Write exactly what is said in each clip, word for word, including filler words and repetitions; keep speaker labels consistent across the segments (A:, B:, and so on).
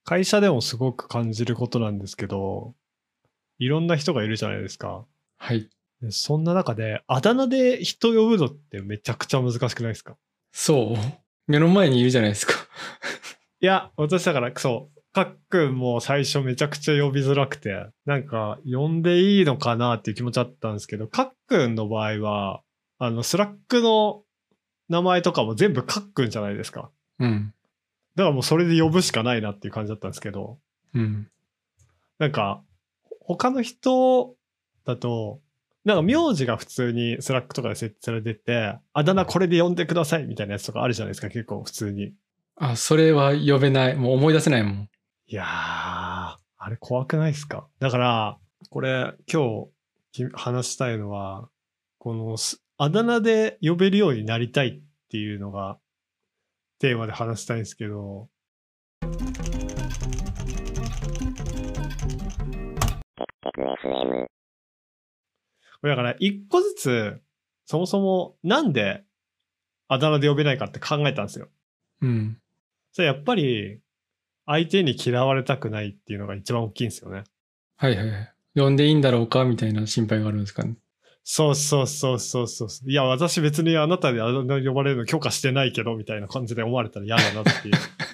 A: 会社でもすごく感じることなんですけど、いろんな人がいるじゃないですか。
B: はい。
A: でそんな中で、あだ名で人呼ぶのってめちゃくちゃ難しくないですか？
B: そう。目の前にいるじゃないですか。
A: いや、私だから、そう、かっくんも最初めちゃくちゃ呼びづらくて、なんか、呼んでいいのかなっていう気持ちあったんですけど、かっくんの場合は、あの、スラックの名前とかも全部かっくんじゃないですか。
B: うん。
A: だからもうそれで呼ぶしかないなっていう感じだったんですけど、
B: うん。
A: なんか、他の人だと、なんか名字が普通にスラックとかで設置されてて、あだ名これで呼んでくださいみたいなやつとかあるじゃないですか、結構普通に。
B: あ、それは呼べない。もう思い出せないもん。
A: いやー、あれ怖くないですか？だから、これ今日話したいのは、このあだ名で呼べるようになりたいっていうのがテーマで話したいんですけど、だから一個ずつ、そもそもなんであだ名で呼べないかって考えたんですよ。
B: うん。
A: それやっぱり相手に嫌われたくないっていうのが一番大きいんですよね。
B: はいはいはい。呼んでいいんだろうかみたいな心配があるんですかね。
A: そうそうそうそうそう。いや、私別にあなたであだ名呼ばれるの許可してないけど、みたいな感じで思われたら嫌だなっていう。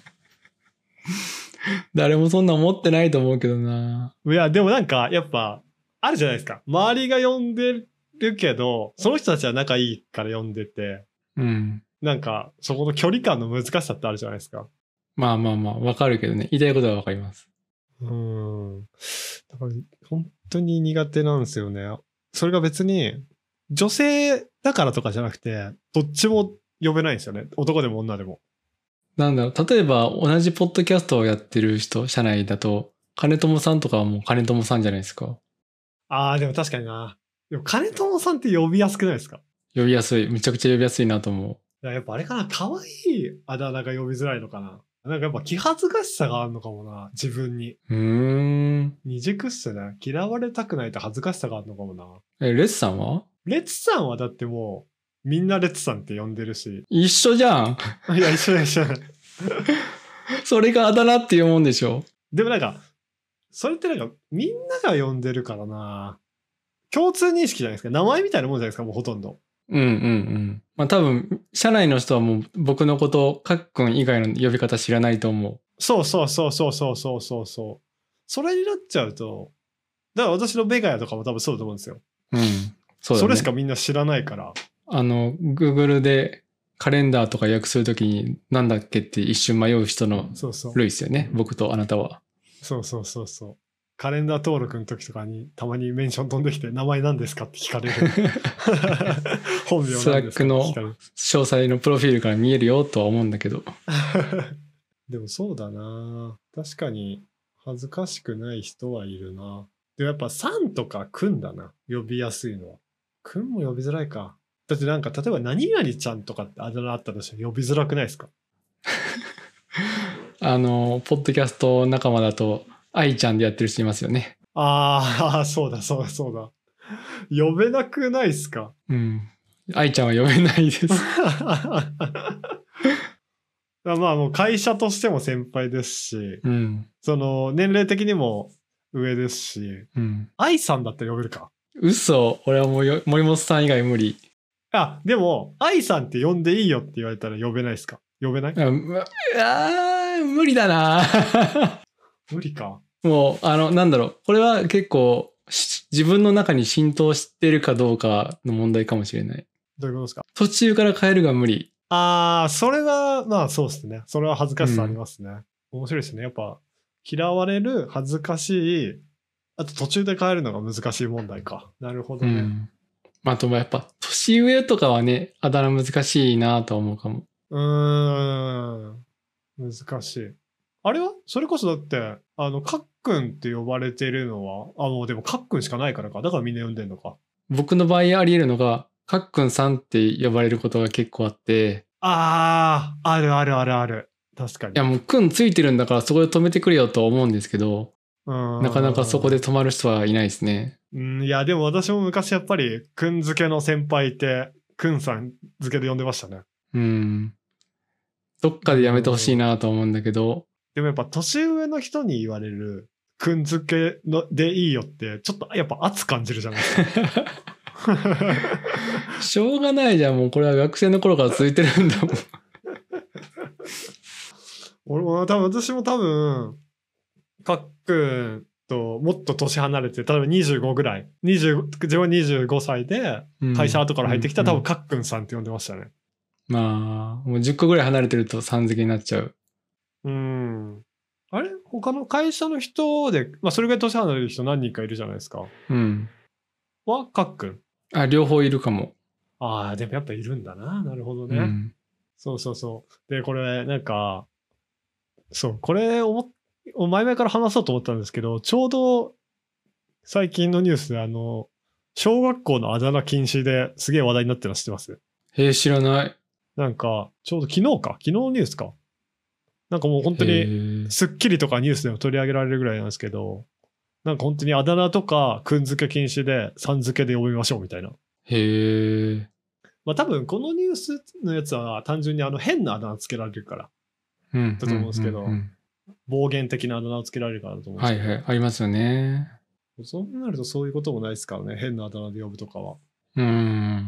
B: 誰もそんな思ってないと思うけどな。
A: いや、でもなんか、やっぱ、あるじゃないですか。周りが呼んでるけど、その人たちは仲いいから呼んでて、
B: うん。
A: なんか、そこの距離感の難しさってあるじゃないですか。
B: まあまあまあ、わかるけどね。言いたいことはわかります。
A: うーん。だから、本当に苦手なんですよね。それが別に、女性だからとかじゃなくて、どっちも呼べないんですよね。男でも女でも。
B: なんだろう、例えば同じポッドキャストをやってる人、社内だと、金友さんとかはもう金友さんじゃないですか。
A: ああ、でも確かにな。でも、金友さんって呼びやすくないですか？
B: 呼びやすい。めちゃくちゃ呼びやすいなと思
A: いや、やっぱあれかな。可愛いあだ名が呼びづらいのかな。なんかやっぱ気恥ずかしさがあるのかもな。自分に。
B: う。うーん。
A: 未熟っすね。嫌われたくないと恥ずかしさがあるのかもな。
B: え、レッツさんは
A: レッツさんはだってもう、みんなレッツさんって呼んでるし。
B: 一緒じゃん。
A: いや、一緒だ一緒だ。
B: それがあだ名っていうもんでしょ。
A: でもなんか、それってなんか、みんなが呼んでるからな。共通認識じゃないですか。名前みたいなもんじゃないですか、もうほとんど。
B: うんうんうん。まあ多分、社内の人はもう僕のこと、かっくん以外の呼び方知らないと思う。
A: そうそうそうそうそうそうそうそう。それになっちゃうと、だから私のベガヤとかも多分そうだと思うんですよ。
B: うん。そうだね。
A: それしかみんな知らないから。
B: あの、Google でカレンダーとか訳するときになんだっけって一瞬迷う人の
A: そうそう。
B: 類ですよね。僕とあなたは。
A: そうそうそうそう。カレンダー登録の時とかにたまにメンション飛んできて名前何ですかって聞かれる。本名
B: スラ
A: 何ですか
B: ックの
A: って聞かれる。
B: 詳細のプロフィールから見えるよとは思うんだけど。
A: でもそうだな。確かに恥ずかしくない人はいるな。でもやっぱさんとかくんだな。呼びやすいのは。くんも呼びづらいか。だってなんか例えば何々ちゃんとかってあだ名あったとして呼びづらくないですか？
B: あの、ポッドキャスト仲間だと、愛ちゃんでやってる人いますよね。
A: ああ、そうだそうだそうだ。呼べなくないっすか？
B: うん。愛ちゃんは呼べないです。
A: まあもう会社としても先輩ですし、
B: うん。
A: その年齢的にも上ですし、
B: うん。
A: 愛さんだったら呼べるか？
B: 嘘。俺はもうよ森本さん以外無理。
A: あ、でも、愛さんって呼んでいいよって言われたら呼べないですか？呼べない？
B: あ、うわあー無理だな。
A: 無理か。
B: もう、あの、なんだろう。これは結構、自分の中に浸透してるかどうかの問題かもしれない。
A: どういうことですか？
B: 途中から変えるが無理。
A: ああ、それは、まあそうですね。それは恥ずかしさありますね。うん、面白いですね。やっぱ、嫌われる、恥ずかしい、あと途中で変えるのが難しい問題か。なるほどね。
B: うん。あと、やっぱ、年上とかはね、あだ名難しいなと思うかも。
A: うーん。難しい。あれはそれこそだって、あの、かっくんって呼ばれてるのは、あ、もうでもかっくんしかないからか。だからみんな呼んでんのか。
B: 僕の場合あり得るのが、かっくんさんって呼ばれることが結構あって、
A: ああ、あるあるあるある。確かに。
B: いやもうくんついてるんだからそこで止めてくれよとは思うんですけど、なかなかそこで止まる人はいないですね。
A: うん、いや、でも私も昔やっぱり、くん付けの先輩いて、くんさん付けで呼んでましたね。
B: うん。どっかでやめてほしいなと思うんだけど、
A: でもやっぱ年上の人に言われる、くんづけのでいいよって、ちょっとやっぱ圧感じるじゃないですか。
B: しょうがないじゃん。もうこれは学生の頃から続いてるんだもん。
A: 俺も多分、私も多分、かっくんともっと年離れて、例えばにじゅうごぐらい。にじゅう、自分はにじゅうごさいで、会社後から入ってきたら、うん、多分かっくんさんって呼んでましたね。
B: まあ、もうじゅっこぐらい離れてるとさん付けになっちゃう。
A: うん。あれ他の会社の人で、まあそれぐらい年離れる人何人かいるじゃないですか。
B: うん。
A: は、かっくん。
B: あ、両方いるかも。
A: ああ、でもやっぱいるんだな。なるほどね。うん、そうそうそう。で、これ、なんか、そう、これを、前々から話そうと思ったんですけど、ちょうど最近のニュースであの、小学校のあだ名禁止ですげえ話題になってるの知ってます？
B: へえ、知らない。
A: なんか、ちょうど昨日か昨日のニュースかなんかもう本当に、スッキリとかニュースでも取り上げられるぐらいなんですけど、なんか本当にあだ名とか、くん付け禁止で、さん付けで呼びましょうみたいな。
B: へえ。
A: まあ多分このニュースのやつは単純にあの変なあだ名つけられるから。
B: うん。
A: だと思うんですけど、うんうんうん、暴言的なあだ名をつけられるからだと思うんですけど。
B: はいはい。ありますよね。
A: そうなるとそういうこともないですからね。変なあだ名で呼ぶとかは。
B: うん。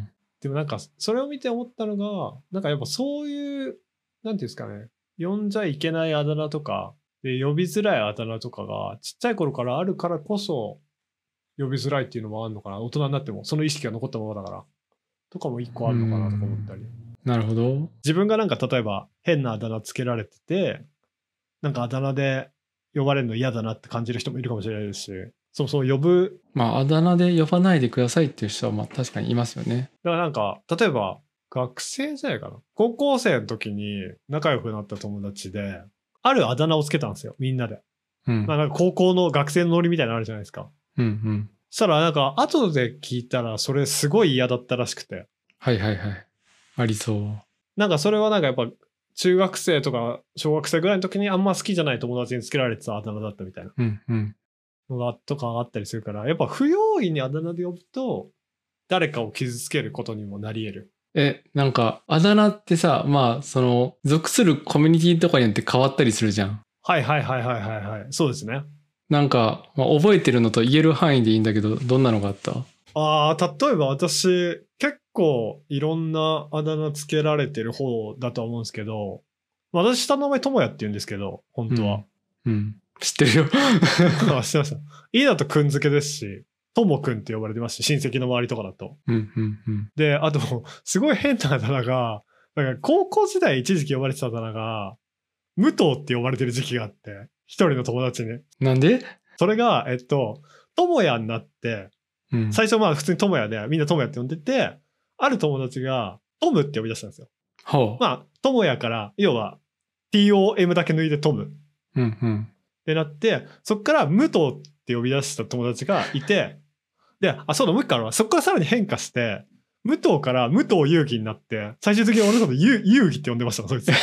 A: でもなんか、それを見て思ったのが、なんかやっぱそういう、なんていうんですかね。呼んじゃいけないあだ名とか、で呼びづらいあだ名とかがちっちゃい頃からあるからこそ呼びづらいっていうのもあるのかな。大人になってもその意識が残ったままだから。とかも一個あるのかなとか思ったり。
B: なるほど。
A: 自分がなんか例えば変なあだ名つけられてて、なんかあだ名で呼ばれるの嫌だなって感じる人もいるかもしれないですし、そうそう呼ぶ。
B: まああだ名で呼ばないでくださいっていう人はまあ確かにいますよね。
A: だからなんか、例えば学生時代かな。高校生の時に仲良くなった友達で、あるあだ名をつけたんですよ、みんなで。うん。まあなんか高校の学生のノリみたいなのあるじゃないですか。
B: うんうん。
A: そしたらなんか後で聞いたらそれすごい嫌だったらしくて。
B: はいはいはい。ありそう。
A: なんかそれはなんかやっぱ中学生とか小学生ぐらいの時にあんま好きじゃない友達につけられてたあだ名だったみたいな。
B: うんうん。
A: のがとかあったりするから、やっぱ不用意にあだ名で呼ぶと誰かを傷つけることにもなり得る。
B: え、なんか、あだ名ってさ、まあ、その、属するコミュニティとかによって変わったりするじゃん。
A: はいはいはいはいはいはい。そうですね。
B: なんか、まあ、覚えてるのと言える範囲でいいんだけど、どんなのがあった？
A: ああ、例えば私、結構いろんなあだ名つけられてる方だと思うんですけど、私下の名前ともやって言うんですけど、本当は。
B: うん。うん、知ってるよ。
A: あ、知ってました。いいだとくんづけですし、ともくんって呼ばれてますし、親戚の周りとかだと。
B: うんうんうん、
A: で、あと、すごい変なあだ名が、なんか高校時代一時期呼ばれてたあだ名が、武藤って呼ばれてる時期があって、一人の友達に。
B: なんで？そ
A: れが、えっと、ともやになって、うん、最初まあ普通にともやで、みんなともやって呼んでて、ある友達がトムって呼び出したんですよ。
B: ほう。
A: まあ、ともやから、要は、ティーオーエム だけ抜いてトム。
B: うんうん。
A: ってなって、そっから武藤って呼び出した友達がいて、で、あ、そうだ、もう一個あるわ。そっからさらに変化して、武藤から武藤遊戯になって、最終的に俺のこと遊戯って呼んでました、そいつ。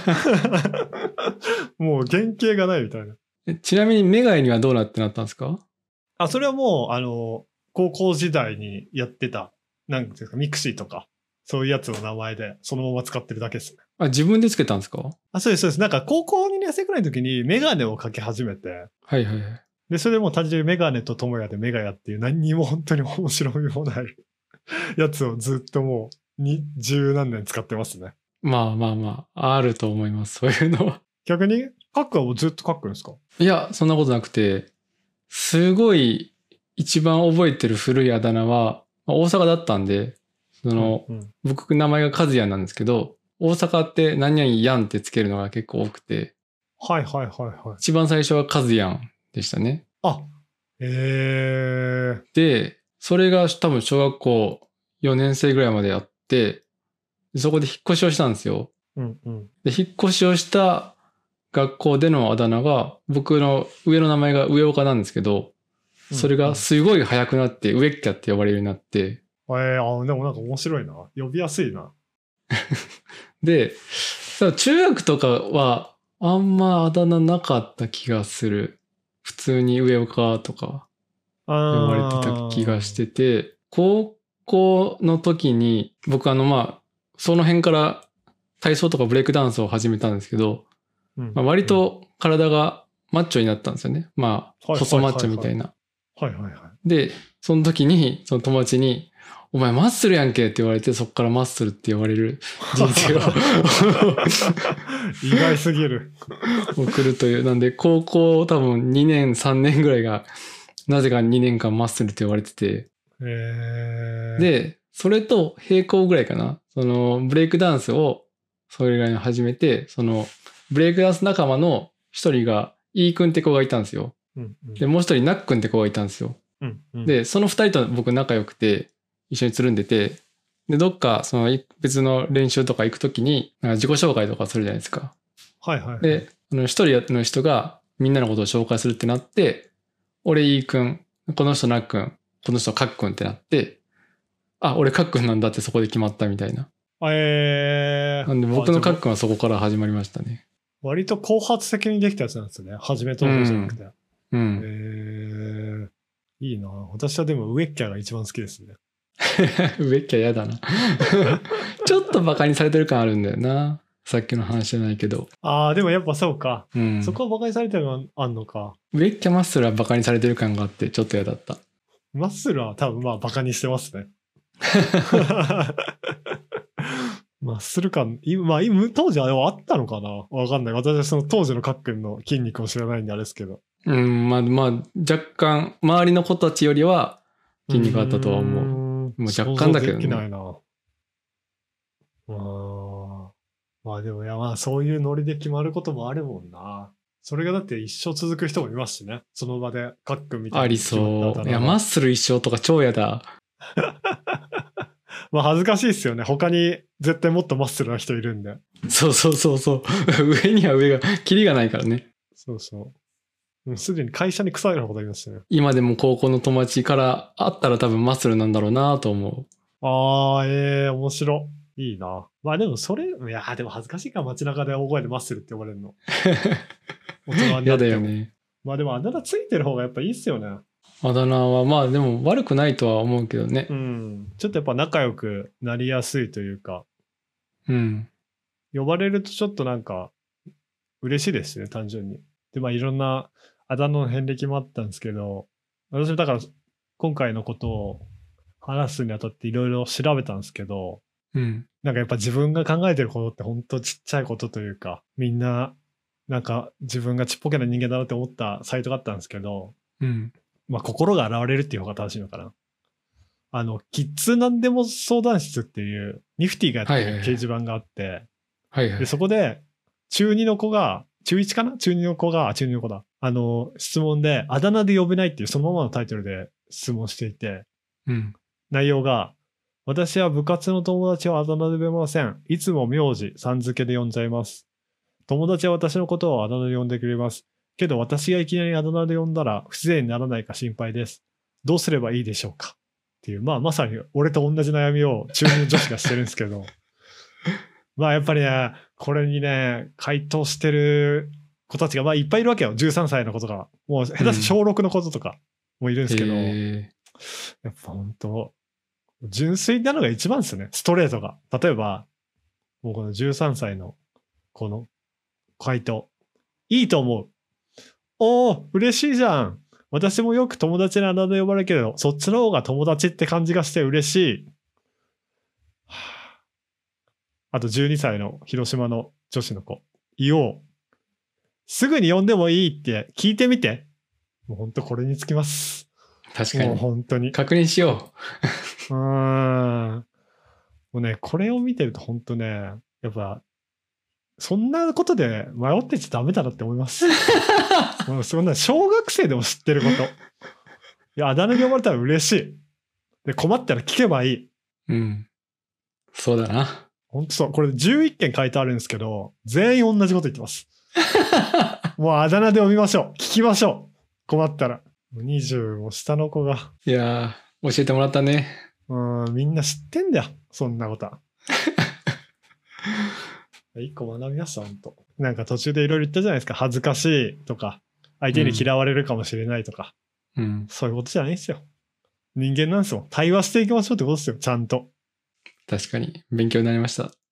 A: もう原型がないみたいな。
B: ちなみにメガイにはどうなってなったんですか？
A: あ、それはもう、あの、高校時代にやってた、なんていうんですか、ミクシーとか、そういうやつの名前で、そのまま使ってるだけですね。
B: あ、自分でつけたんですか？
A: あ、そうです、そうです。なんか高校にねん生くらいの時にメガネをかけ始めて。
B: はいはいはい。
A: で、それでもう単純にメガネとトモヤでメガヤっていう何にも本当に面白みもないやつをずっともうに十何年使ってますね。
B: まあまあまあ、あると思います、そういうのは。
A: 逆にカックはもうずっとカックんですか？
B: いや、そんなことなくて、すごい一番覚えてる古いあだ名は、大阪だったんで、その、うんうん、僕名前が和也なんですけど、大阪って何々やんってつけるのが結構多くて。
A: はいはいはいはい。
B: 一番最初は和やんでしたね。
A: あ、へー。
B: で、それが多分小学校よねん生ぐらいまであって、そこで引っ越しをしたんですよ。
A: うんうん、
B: で、引っ越しをした学校でのあだ名が、僕の上の名前が上岡なんですけど、それがすごい早くなって、上っきゃって呼ばれるようになって。
A: えー、あ、でもなんか面白いな。呼びやすいな。
B: で、中学とかはあんまあだ名なかった気がする。普通に上岡とか呼ばれてた気がしてて、高校の時に僕あのまあ、その辺から体操とかブレイクダンスを始めたんですけど、うんまあ、割と体がマッチョになったんですよね。まあ、
A: はい
B: 細マッチョみたいな。
A: はいはいはい。
B: で、その時に、その友達に、お前マッスルやんけって言われて、そっからマッスルって言われる人生を
A: 意外すぎる。
B: 送るという。なんで、高校多分にねん、さんねんぐらいが、なぜかにねんかんマッスルって言われてて。
A: へー。
B: で、それと並行ぐらいかな。その、ブレイクダンスを、それぐらいに始めて、その、ブレイクダンス仲間の一人が、イーくんって子がいたんですよ。
A: うんうん、
B: で、もう一人、ナックンって子がいたんですよ。
A: うんうん、
B: で、その二人と僕仲良くて、一緒につるんでて、で、どっか、その、別の練習とか行くときに、なんか自己紹介とかするじゃないですか。
A: はいはい、はい。
B: で、あの一人の人がみんなのことを紹介するってなって、俺、イーくん、この人、ナックン、この人、カックンってなって、あ、俺、カックンなんだってそこで決まったみたいな。
A: えー。
B: なんで、僕のカックンはそこから始まりましたね。
A: 割と後発的にできたやつなんですね。初めとの方じゃなくて。
B: うん。うん、
A: えー。いいな。私はでもウエッキャが一番好きですね。
B: ウエッキャやだな。ちょっとバカにされてる感あるんだよな。さっきの話じゃないけど。
A: ああ、でもやっぱそうか。
B: うん、
A: そこはバカにされてるのあんのか。
B: ウェッキャマッスルはバカにされてる感があってちょっと嫌だった。
A: マッスルは多分まあバカにしてますね。マッスル感、今、まあ今、当時はあったのかなわかんない。私はその当時のカックンの筋肉を知らないんであれですけど。
B: うん、まあまあ、若干、周りの子たちよりは筋肉あったとは思う。うもう若干だけどね。
A: できないな。あまあでも、いやまあそういうノリで決まることもあるもんな。それがだって一生続く人もいますしね。その場でカックンみたいな。
B: ありそう。いや、マッスル一生とか超嫌だ。
A: まあ恥ずかしいっすよね。他に絶対もっとマッスルな人いるんで。
B: そうそうそうそう。上には上が、キリがないからね。
A: そうそう。もうすでに会社に腐るようなことありましたね。
B: 今でも高校の友達から会ったら多分マッスルなんだろうなと思
A: う。ああ、ええー、面白い。いいな。まあでもそれ、いやでも恥ずかしいから街中で大声でマッスルって呼ばれるの。大人になっても。
B: 嫌だよね。
A: まあでもあだ名ついてる方がやっぱいいっすよね。
B: あだ名はまあでも悪くないとは思うけどね。
A: うん。ちょっとやっぱ仲良くなりやすいというか。
B: うん。
A: 呼ばれるとちょっとなんか嬉しいですね、単純に。で、まあいろんなあだ名の遍歴もあったんですけど、私もだから今回のことを話すにあたっていろいろ調べたんですけど、
B: うん。
A: なんかやっぱ自分が考えてることって本当ちっちゃいことというか、みんななんか自分がちっぽけな人間だなって思ったサイトがあったんですけど、
B: うん。
A: まあ心が現れるっていう方が正しいのかな。あの、キッズなんでも相談室っていうニフティがやってる掲示板があって、
B: はいはい。
A: で、そこで中にの子が、中いちかな中にの子が、中にの子だ。あの、質問で、あだ名で呼べないっていうそのままのタイトルで質問していて、
B: うん。
A: 内容が、私は部活の友達をあだ名で呼べません。いつも名字、さん付けで呼んじゃいます。友達は私のことをあだ名で呼んでくれます。けど私がいきなりあだ名で呼んだら不自然にならないか心配です。どうすればいいでしょうかっていう、まあまさに俺と同じ悩みを中二の女子がしてるんですけど、まあやっぱりね、これにね、回答してる子たちがまあいっぱいいるわけよ。じゅうさんさいの子とか。もう下手して小ろくの子とかもいるんですけど、うん、やっぱ本当純粋なのが一番ですよね。ストレートが。例えば、もうこのじゅうさんさいのこの回答。いいと思う。おー、嬉しいじゃん。私もよく友達にあだ名で呼ばれるけど、そっちの方が友達って感じがして嬉しい。あとじゅうにさいの広島の女子の子。言おう。すぐに呼んでもいいって聞いてみて。もう本当これにつきます。
B: 確かに。
A: もう本当に。
B: 確認しよ
A: う。うーん。もうね、これを見てると本当ね、やっぱ、そんなことで迷ってちゃダメだなって思います。もうそんな小学生でも知ってること。いや、あだ名で呼ばれたら嬉しい。で、困ったら聞けばいい。
B: うん。そうだな。
A: 本当そう。これじゅういっけん書いてあるんですけど、全員同じこと言ってます。もうあだ名で呼びましょう。聞きましょう。困ったら。にじゅうも下の子が。
B: いやー、教えてもらったね。
A: うん、みんな知ってんだよ。そんなことは。一個学びました、ほんと。なんか途中でいろいろ言ったじゃないですか。恥ずかしいとか、相手に嫌われるかもしれないとか。
B: うん。
A: そういうことじゃないですよ。人間なんですよ。対話していきましょうってことですよ、ちゃんと。
B: 確かに。勉強になりました。